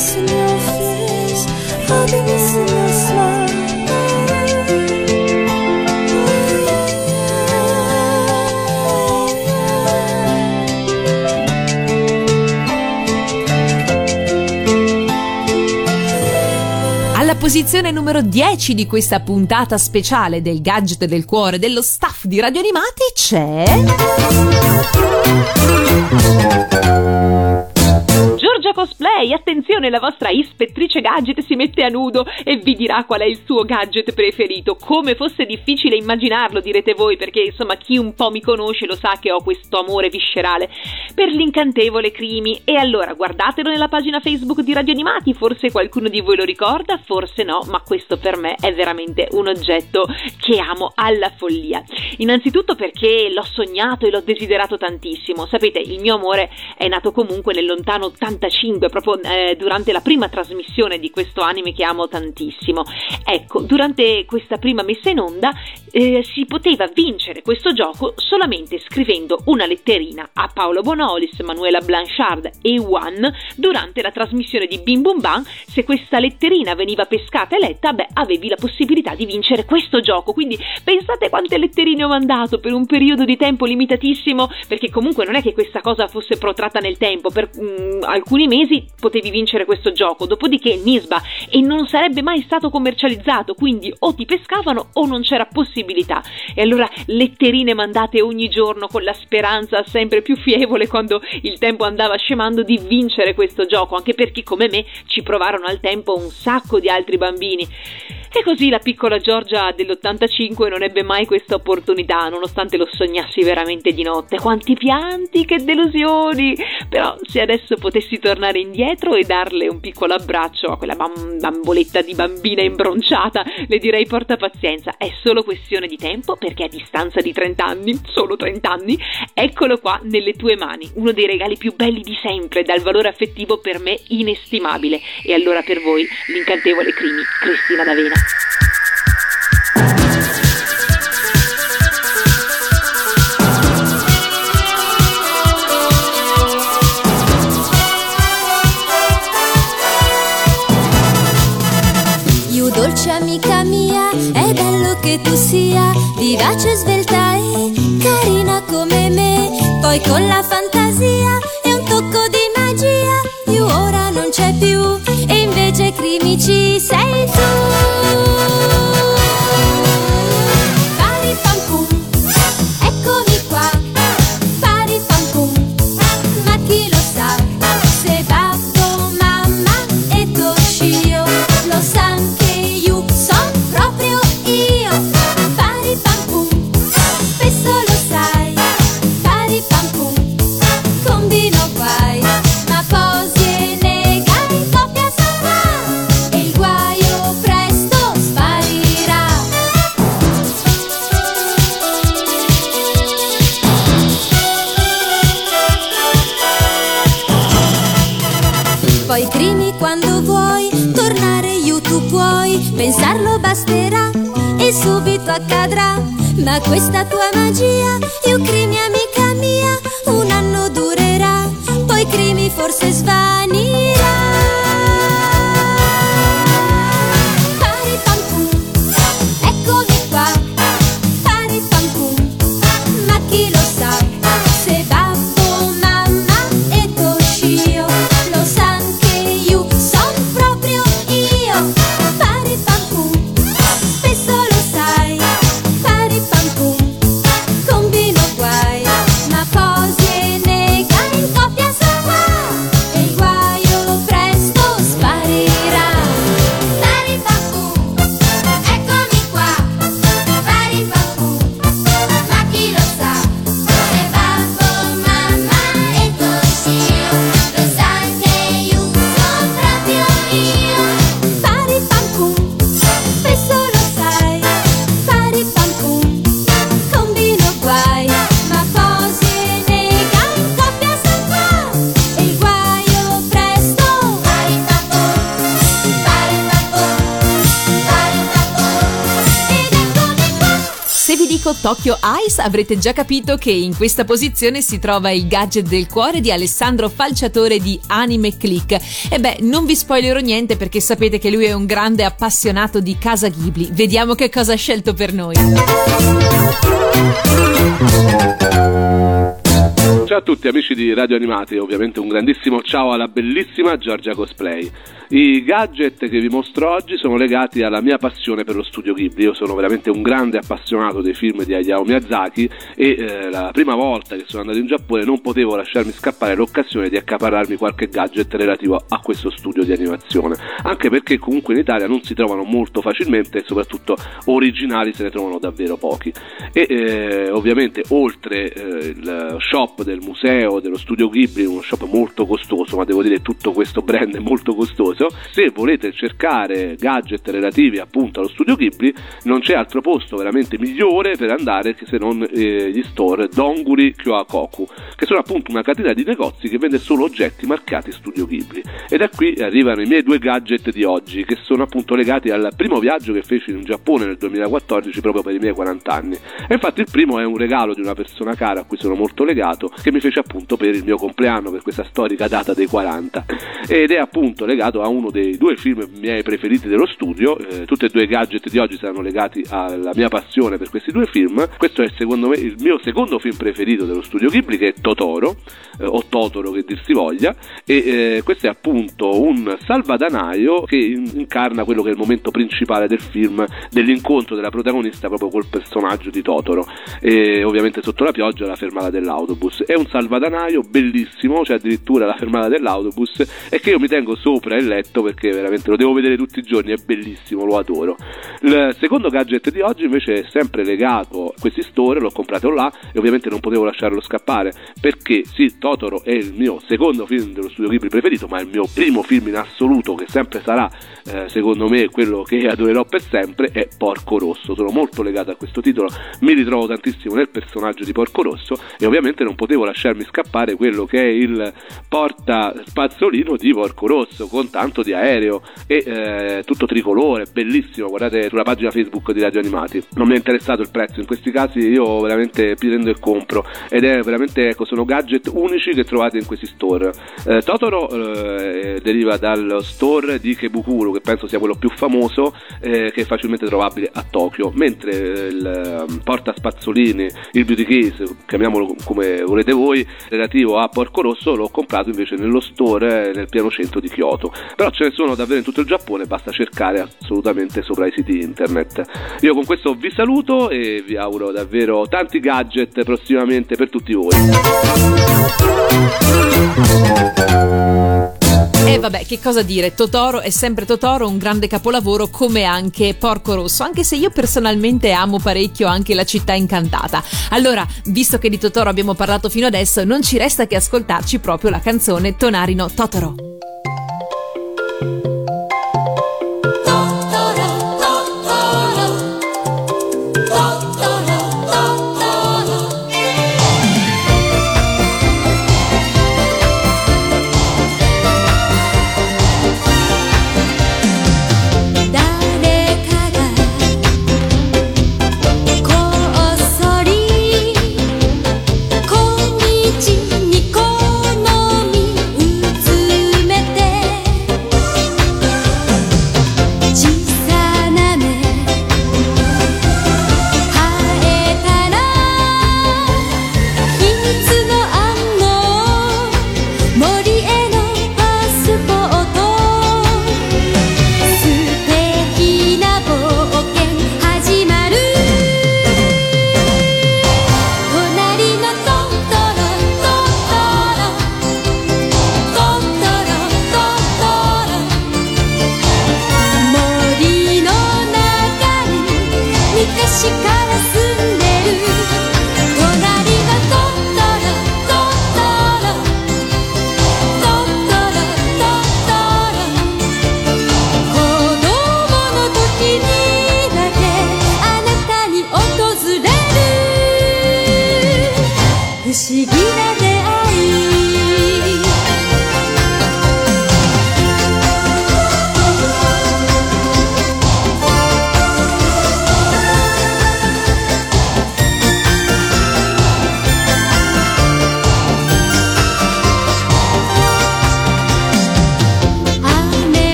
missing your face, I'll be missing your smile. Alla posizione numero 10 di questa puntata speciale del Gadget del Cuore dello staff di Radio Animati c'è Giorgia Cosplay. Attenzione, la vostra ispettrice gadget si mette a nudo e vi dirà qual è il suo gadget preferito. Come fosse difficile immaginarlo, direte voi, perché insomma chi un po' mi conosce lo sa che ho questo amore viscerale per l'incantevole Creamy. E allora guardatelo nella pagina Facebook di Radio Animati, forse qualcuno di voi lo ricorda, forse no, ma questo per me è veramente un oggetto che amo alla follia. Innanzitutto perché l'ho sognato e l'ho desiderato tantissimo. Sapete, il mio amore è nato comunque nel lontano 85, proprio durante la prima trasmissione di questo anime che amo tantissimo. Ecco, durante questa prima messa in onda si poteva vincere questo gioco solamente scrivendo una letterina a Paolo Bonolis, Manuela Blanchard e Juan durante la trasmissione di Bim Bum Bam. Se questa letterina veniva pescata e letta, avevi la possibilità di vincere questo gioco. Quindi pensate quante letterine ho mandato per un periodo di tempo limitatissimo, perché comunque non è che questa cosa fosse protratta nel tempo. Per alcuni mesi potevi vincere questo gioco, dopodiché nisba, e non sarebbe mai stato commercializzato, quindi o ti pescavano o non c'era possibilità. E allora letterine mandate ogni giorno con la speranza sempre più fievole, quando il tempo andava scemando, di vincere questo gioco, anche perché come me ci provarono al tempo un sacco di altri bambini. E così la piccola Giorgia dell'85 non ebbe mai questa opportunità, nonostante lo sognassi veramente di notte. Quanti pianti, che delusioni! Però se adesso potessi tornare indietro e darle un piccolo abbraccio a quella bamboletta di bambina imbronciata, le direi: porta pazienza, è solo questione di tempo, perché a distanza di 30 anni, solo 30 anni, eccolo qua nelle tue mani, uno dei regali più belli di sempre, dal valore affettivo per me inestimabile. E allora per voi l'incantevole Creamy, Cristina D'Avena. Dolce amica mia, è bello che tu sia vivace, svelta e carina come me. Poi con la fantasia e un tocco di magia, io ora non c'è più, e invece Creamy ci sei tu. Pari pam pum, eccomi qua. Pari pam pum, ma chi lo sa, se babbo, mamma e Toshio lo sanno che io son proprio io. Pari pam pum, spesso lo sai. Pari pam pum, combino guai, ma posi e nega in coppia sarà, e il guaio presto sparirà. Poi Creamy, quando vuoi tornare io tu puoi, pensarlo basterà e subito accadrà. Ma questa tua magia, io Creamy amica mia, un anno durerà, poi Creamy forse svanirà. Pari pam pum, eccomi qua. Pari pam pum, ma chi lo sa, se babbo, mamma e Toshio lo san che io son proprio io. Pari pam pum, spesso lo sai. Pari pam pum, combino guai, ma posi e nega in coppia sarà, e il guaio amico Tokyo Ice, avrete già capito che in questa posizione si trova il gadget del cuore di Alessandro Falciatore di Anime Click. E beh, non vi spoilerò niente perché sapete che lui è un grande appassionato di Casa Ghibli. Vediamo che cosa ha scelto per noi. Ciao a tutti amici di Radio Animati, ovviamente un grandissimo ciao alla bellissima Giorgia Cosplay. I gadget che vi mostro oggi sono legati alla mia passione per lo studio Ghibli. Io sono veramente un grande appassionato dei film di Hayao Miyazaki e la prima volta che sono andato in Giappone non potevo lasciarmi scappare l'occasione di accaparrarmi qualche gadget relativo a questo studio di animazione, anche perché comunque in Italia non si trovano molto facilmente e soprattutto originali se ne trovano davvero pochi. E ovviamente oltre il shop del museo dello studio Ghibli, uno shop molto costoso, ma devo dire tutto questo brand è molto costoso, se volete cercare gadget relativi appunto allo studio Ghibli non c'è altro posto veramente migliore per andare che se non gli store Donguri Kyoakoku, che sono appunto una catena di negozi che vende solo oggetti marcati studio Ghibli. E da qui arrivano i miei due gadget di oggi, che sono appunto legati al primo viaggio che feci in Giappone nel 2014 proprio per i miei 40 anni. E infatti il primo è un regalo di una persona cara a cui sono molto legato, che mi fece appunto per il mio compleanno, per questa storica data dei 40, ed è appunto legato a uno dei due film miei preferiti dello studio. Tutti e due i gadget di oggi saranno legati alla mia passione per questi due film. Questo è secondo me il mio secondo film preferito dello studio Ghibli, che è Totoro, o Totoro che dir si voglia, e questo è appunto un salvadanaio che incarna quello che è il momento principale del film, dell'incontro della protagonista proprio col personaggio di Totoro, e ovviamente sotto la pioggia la fermata dell'autobus. È un salvadanaio bellissimo, c'è addirittura la fermata dell'autobus, e che io mi tengo sopra il letto perché veramente lo devo vedere tutti i giorni, è bellissimo, lo adoro. Il secondo gadget di oggi invece è sempre legato a questi store, l'ho comprato là e ovviamente non potevo lasciarlo scappare, perché sì, Totoro è il mio secondo film dello studio Ghibli preferito, ma è il mio primo film in assoluto, che sempre sarà secondo me quello che adorerò per sempre, è Porco Rosso. Sono molto legato a questo titolo, mi ritrovo tantissimo nel personaggio di Porco Rosso e ovviamente non potevo lasciarmi scappare quello che è il porta spazzolino di Porco Rosso, con tanto di aereo e tutto tricolore, bellissimo. Guardate sulla pagina Facebook di Radio Animati, non mi è interessato il prezzo, in questi casi io veramente prendo e compro, ed è veramente, ecco, sono gadget unici che trovate in questi store. Totoro deriva dallo store di Kebukuro, che penso sia quello più famoso, che è facilmente trovabile a Tokyo, mentre il porta spazzolini, il beauty case, chiamiamolo come volete voi, relativo a Porco Rosso l'ho comprato invece nello store nel piano centro di Kyoto. Però ce ne sono davvero in tutto il Giappone, basta cercare assolutamente sopra i siti internet. Io con questo vi saluto e vi auguro davvero tanti gadget prossimamente per tutti voi. E vabbè, che cosa dire, Totoro è sempre Totoro, un grande capolavoro, come anche Porco Rosso, anche se io personalmente amo parecchio anche La città incantata. Allora, visto che di Totoro abbiamo parlato fino adesso, non ci resta che ascoltarci proprio la canzone Tonarino Totoro.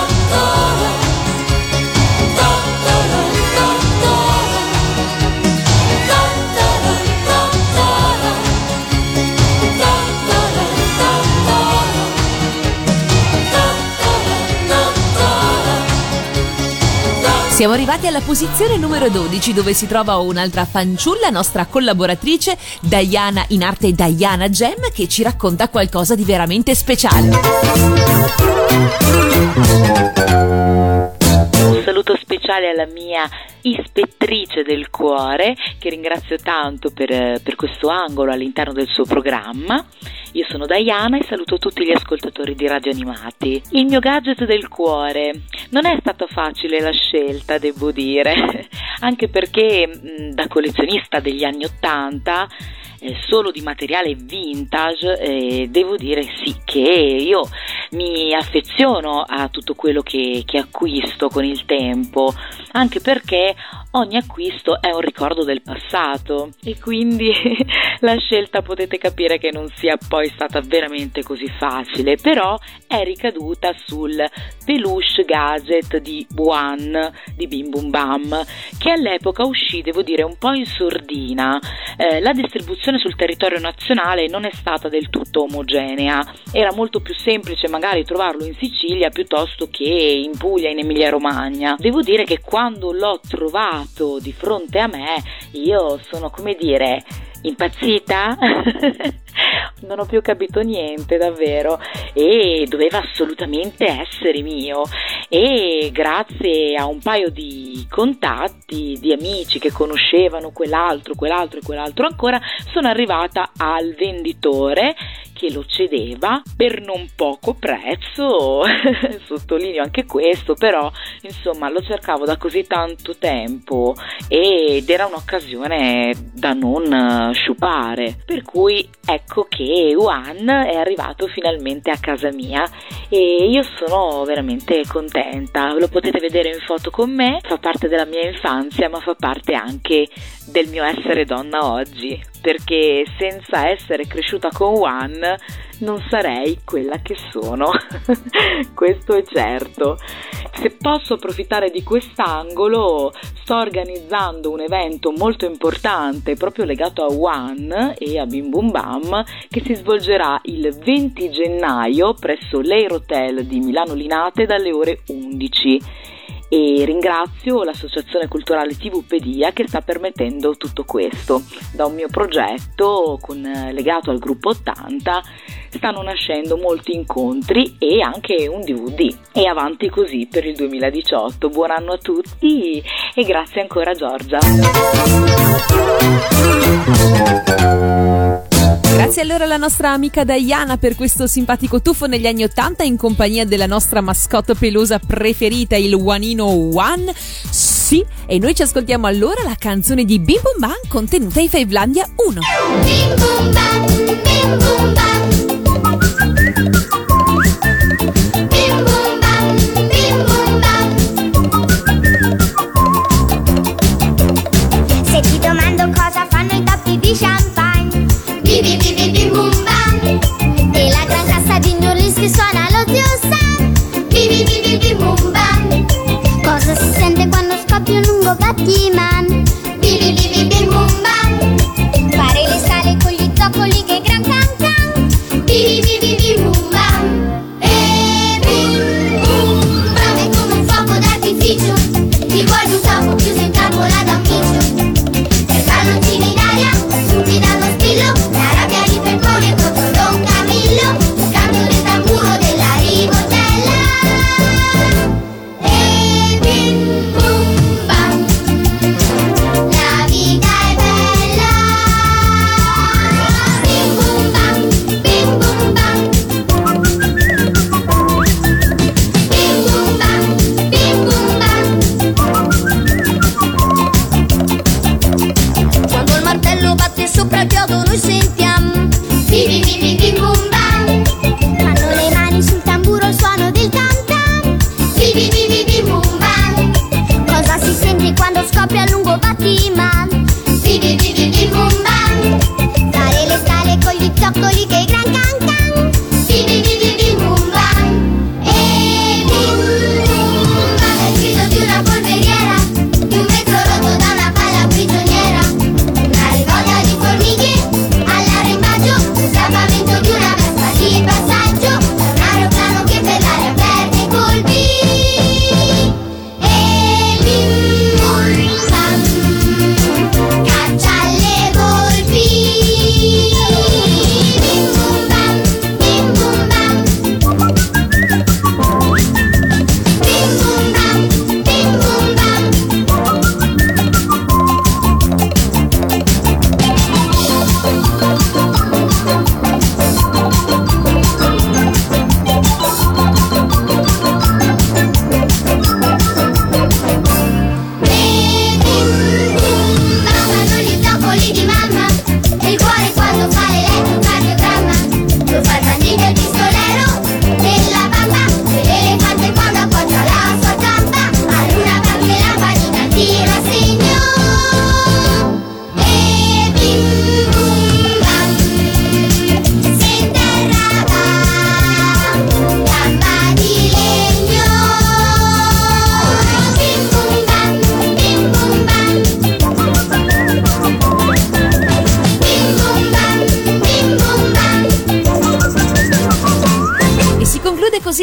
Siamo arrivati alla posizione numero 12, dove si trova un'altra fanciulla, nostra collaboratrice Diana, in arte Diana Gem, che ci racconta qualcosa di veramente speciale. Un saluto speciale alla mia ispettrice del cuore, che ringrazio tanto per questo angolo all'interno del suo programma. Io sono Diana e saluto tutti gli ascoltatori di Radio Animati. Il mio gadget del cuore. Non è stata facile la scelta, devo dire, anche perché da collezionista degli anni '80, solo di materiale vintage, devo dire sì che io mi affeziono a tutto quello che acquisto con il tempo, anche perché ogni acquisto è un ricordo del passato e quindi la scelta potete capire che non sia poi stata veramente così facile, però è ricaduta sul peluche gadget di One di Bim Bum Bam, che all'epoca uscì, devo dire, un po' in sordina. La distribuzione sul territorio nazionale non è stata del tutto omogenea, era molto più semplice magari trovarlo in Sicilia piuttosto che in Puglia, in Emilia Romagna. Devo dire che quando l'ho trovato di fronte a me io sono, come dire, impazzita. Non ho più capito niente, davvero, e doveva assolutamente essere mio, e grazie a un paio di contatti di amici che conoscevano quell'altro ancora, sono arrivata al venditore che lo cedeva per non poco prezzo. Sottolineo anche questo, però insomma lo cercavo da così tanto tempo ed era un'occasione da non sciupare, per cui ecco che One è arrivato finalmente a casa mia e io sono veramente contenta. Lo potete vedere in foto con me, fa parte della mia infanzia ma fa parte anche del mio essere donna oggi, perché senza essere cresciuta con One non sarei quella che sono. Questo è certo. Se posso approfittare di quest'angolo, sto organizzando un evento molto importante proprio legato a One e a Bim Bum Bam, che si svolgerà il 20 gennaio presso l'Aerotel di Milano Linate dalle ore 11. E ringrazio l'Associazione Culturale TVpedia che sta permettendo tutto questo. Da un mio progetto legato al gruppo 80 stanno nascendo molti incontri e anche un DVD. E avanti così per il 2018. Buon anno a tutti e grazie ancora Giorgia. Grazie allora alla nostra amica Diana per questo simpatico tuffo negli anni '80 in compagnia della nostra mascotte pelosa preferita, il Wanino One. Sì, e noi ci ascoltiamo allora la canzone di Bim Bum Bam contenuta in Fivelandia 1. Bim Bum Bam, Bim Bum Bam. Bim Bum Bam, Bim Bum Bam. Se ti domando cosa fanno i tappi di champagne, bim bim bim bim bum bam. E la gran cassa di New Orleans che suona lo zio Sam, bim bim bim bim bum bam. Cosa si sente quando scoppia un lungo battiman, bim bim bim bim bum bam. Fare le scale con gli zoccoli che gran can can, bim bim bim bim bum bam. E bim bum bam è come un fuoco d'artificio, ti vuoi un topo chiuso in trappola da un micio, per palloncini in aria.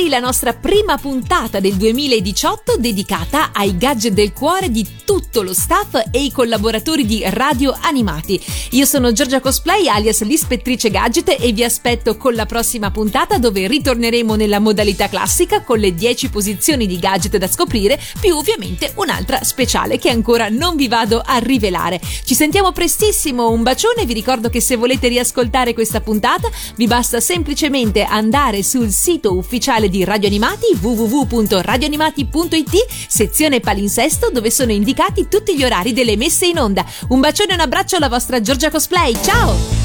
qui la nostra prima puntata del 2018 dedicata ai gadget del cuore di tutto lo staff e i collaboratori di Radio Animati. Io sono Giorgia Cosplay alias l'ispettrice gadget e vi aspetto con la prossima puntata, dove ritorneremo nella modalità classica con le 10 posizioni di gadget da scoprire, più ovviamente un'altra speciale che ancora non vi vado a rivelare. Ci sentiamo prestissimo, un bacione. Vi ricordo che se volete riascoltare questa puntata vi basta semplicemente andare sul sito ufficiale di Radio Animati, www.radioanimati.it, sezione palinsesto, dove sono indicati tutti gli orari delle messe in onda. Un bacione e un abbraccio alla vostra Giorgia Cosplay, ciao!